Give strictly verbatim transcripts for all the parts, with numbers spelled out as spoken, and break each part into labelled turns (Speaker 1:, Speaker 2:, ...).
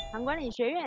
Speaker 1: 糖管理学院。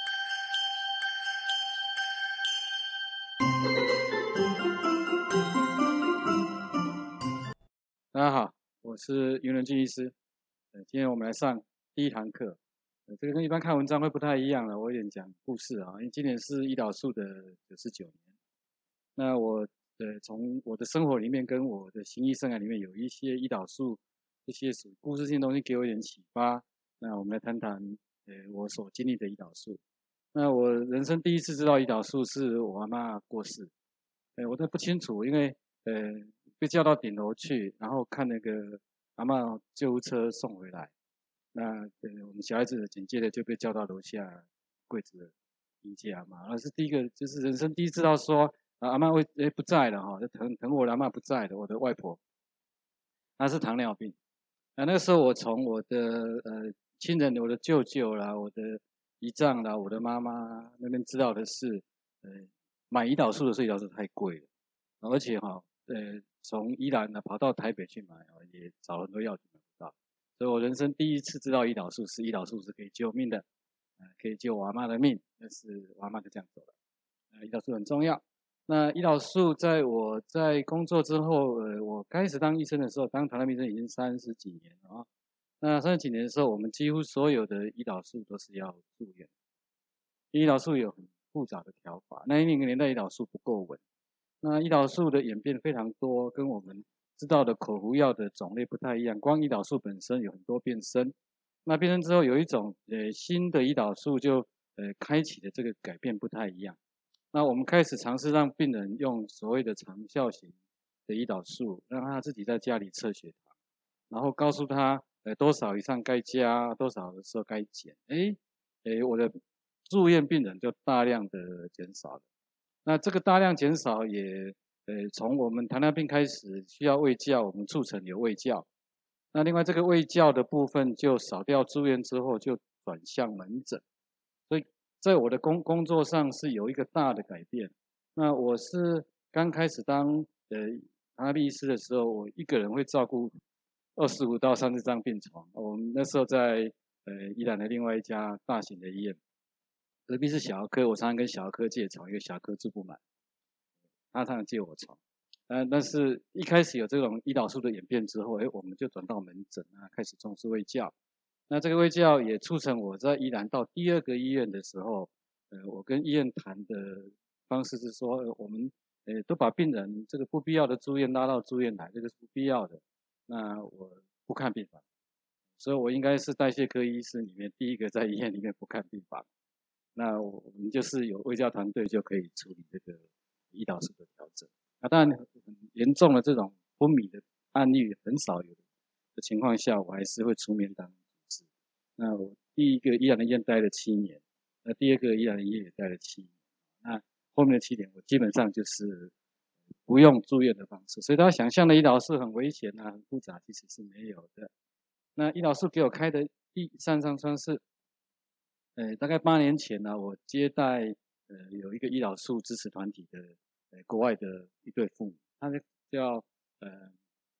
Speaker 2: 大家好，我是袁仁俊医师。呃，今天我们来上第一堂课。呃，这个跟一般看文章会不太一样了，我有点讲故事啊，因为今年是胰岛素的九十九年。那我呃从我的生活里面跟我的行医生涯里面有一些胰岛素这些属于故事性的东西给我一点启发。那我们来谈谈呃我所经历的胰岛素。那我人生第一次知道胰岛素是我阿嬷过世，呃我都不清楚，因为呃被叫到顶楼去，然后看那个阿嬷救护车送回来。那呃我们小孩子紧接着就被叫到楼下柜子迎接阿嬷，那是第一个，就是人生第一次知道说啊阿嬷会诶不在了哈，就疼疼我的阿嬷不在了，我的外婆她是糖尿病。那那个时候我从我的呃亲人，我的舅舅啦，我的姨丈啦，我的妈妈那边知道的是，呃买胰岛素的时候胰岛素太贵了，而且哈呃从宜兰呢跑到台北去买哦，也找了很多药都买不到。所以我人生第一次知道胰岛素是胰岛素是可以救命的，呃可以救我阿嬷的命，但是我阿嬷就这样走了。呃胰岛素很重要。那胰岛素在我在工作之后，呃，我开始当医生的时候，当糖尿病医生已经三十几年了啊。那三十几年的时候，我们几乎所有的胰岛素都是要住院。胰岛素有很复杂的调法，那那个年代胰岛素不够稳。那胰岛素的演变非常多，跟我们知道的口服药的种类不太一样。光胰岛素本身有很多变身，那变身之后有一种呃新的胰岛素就呃开启的这个改变不太一样。那我们开始尝试让病人用所谓的长效型的胰岛素，让他自己在家里测血糖，然后告诉他，呃，多少以上该加，多少的时候该减。哎，哎，我的住院病人就大量的减少了。那这个大量减少也，呃，从我们糖尿病开始需要卫教，我们促成有卫教。那另外这个卫教的部分就少掉住院之后，就转向门诊。所以在我的工工作上是有一个大的改变。那我是刚开始当呃糖尿病医师的时候，我一个人会照顾二十五到三十张病床。我们那时候在呃宜兰的另外一家大型的医院，隔壁是小儿科，我常常跟小儿科借床，因为小儿科住不满，他常常借我床。呃，但是一开始有这种胰岛素的演变之后，哎，我们就转到门诊啊，开始重视卫教。那这个卫教也促成我在宜兰到第二个医院的时候，呃，我跟医院谈的方式是说，呃我们呃都把病人这个不必要的住院拉到住院来，这个是不必要的。那我不看病房，所以我应该是代谢科医师里面第一个在医院里面不看病房。那我们就是有卫教团队就可以处理这个胰岛素的调整。那当然很严重的这种昏迷的案例很少有的情况下，我还是会出面当主治。那我第一个医疗的医院待了七年，那第二个医疗的医院也待了七年。那后面的七年我基本上就是不用住院的方式，所以大家想象的胰岛素很危险啊，很复杂，其实是没有的。那胰岛素给我开的第三张窗是，呃，大概八年前呢、我接待呃有一个胰岛素支持团体的呃国外的一对父母，他们叫呃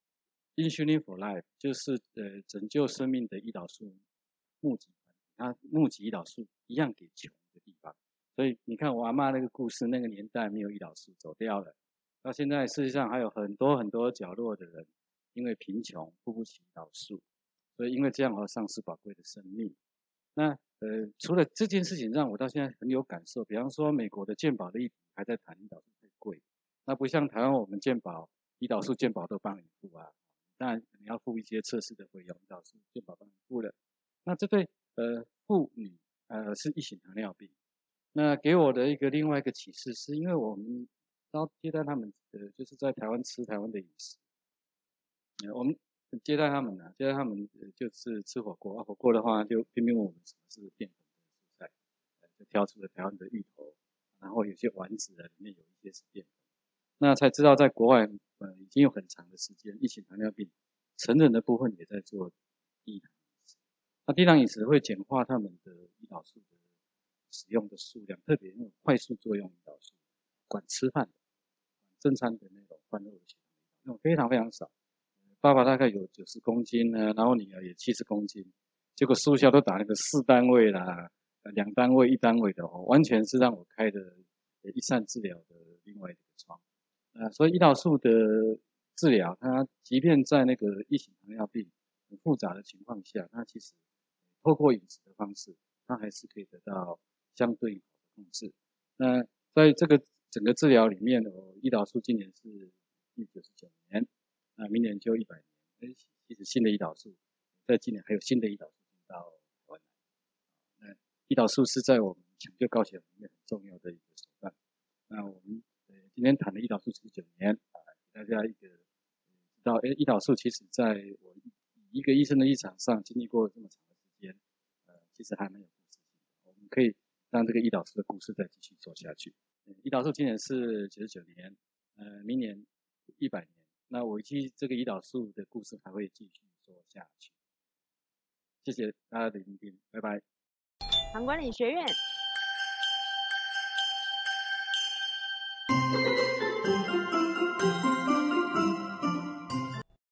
Speaker 2: Insulin for Life，就是呃拯救生命的胰岛素募集团，他募集胰岛素一样给穷的地方。所以你看我阿嬷那个故事，那个年代没有胰岛素走掉了，到现在世界上还有很多很多角落的人，因为贫穷付不起胰岛素，所以因为这样而丧失宝贵的生命。那呃，除了这件事情让我到现在很有感受，比方说美国的健保的议题还在谈胰岛素太贵，那不像台湾我们健保胰岛素健保都帮你付啊，当然你要付一些测试的费用，胰岛素健保帮你付了。那这对呃妇女呃是一型糖尿病，那给我的一个另外一个启示是，因为我们要接待他们呃就是在台湾吃台湾的饮食，呃我们接待他们呢、啊，接待他们呃就是吃火锅啊，火锅的话就偏偏问我们什么是淀粉的蔬菜，呃就挑出了台湾的芋头，然后有些丸子啊里面有一些是淀粉，那才知道在国外呃已经有很长的时间，一型糖尿病成人的部分也在做低糖饮食，那低糖饮食会简化他们的胰岛素的使用的数量，特别那种快速作用胰岛素，管吃饭的、管正餐的那种饭后的血糖，那种非常非常少。爸爸大概有九十公斤呢，然后女儿也七十公斤，结果速效都打那个四单位啦， 呃两单位、一单位的哦，完全是让我开的一扇治疗的另外一个窗。呃，所以胰岛素的治疗，它即便在那个一型糖尿病很复杂的情况下，它其实透过饮食的方式，它还是可以得到相对好的控制。那在这个整个治疗里面，哦，胰岛素今年是第九十九年，那明年就一百年。其实新的胰岛素，在今年还有新的胰岛素进到台湾来。那胰岛素是在我们抢救高血压里面很重要的一个手段。那我们呃今天谈了胰岛素九十九年啊，给大家一个知道，哎，胰岛素其实在我一个医生的立场上，经历过这么长的时间，呃，其实还蛮有故事性的。我们可以让这个胰岛素的故事再继续做下去。胰岛素今年是九十九年，呃，明年一百年。那我预计这个胰岛素的故事还会继续做下去。谢谢大家的聆听，拜拜。
Speaker 1: 糖管理学院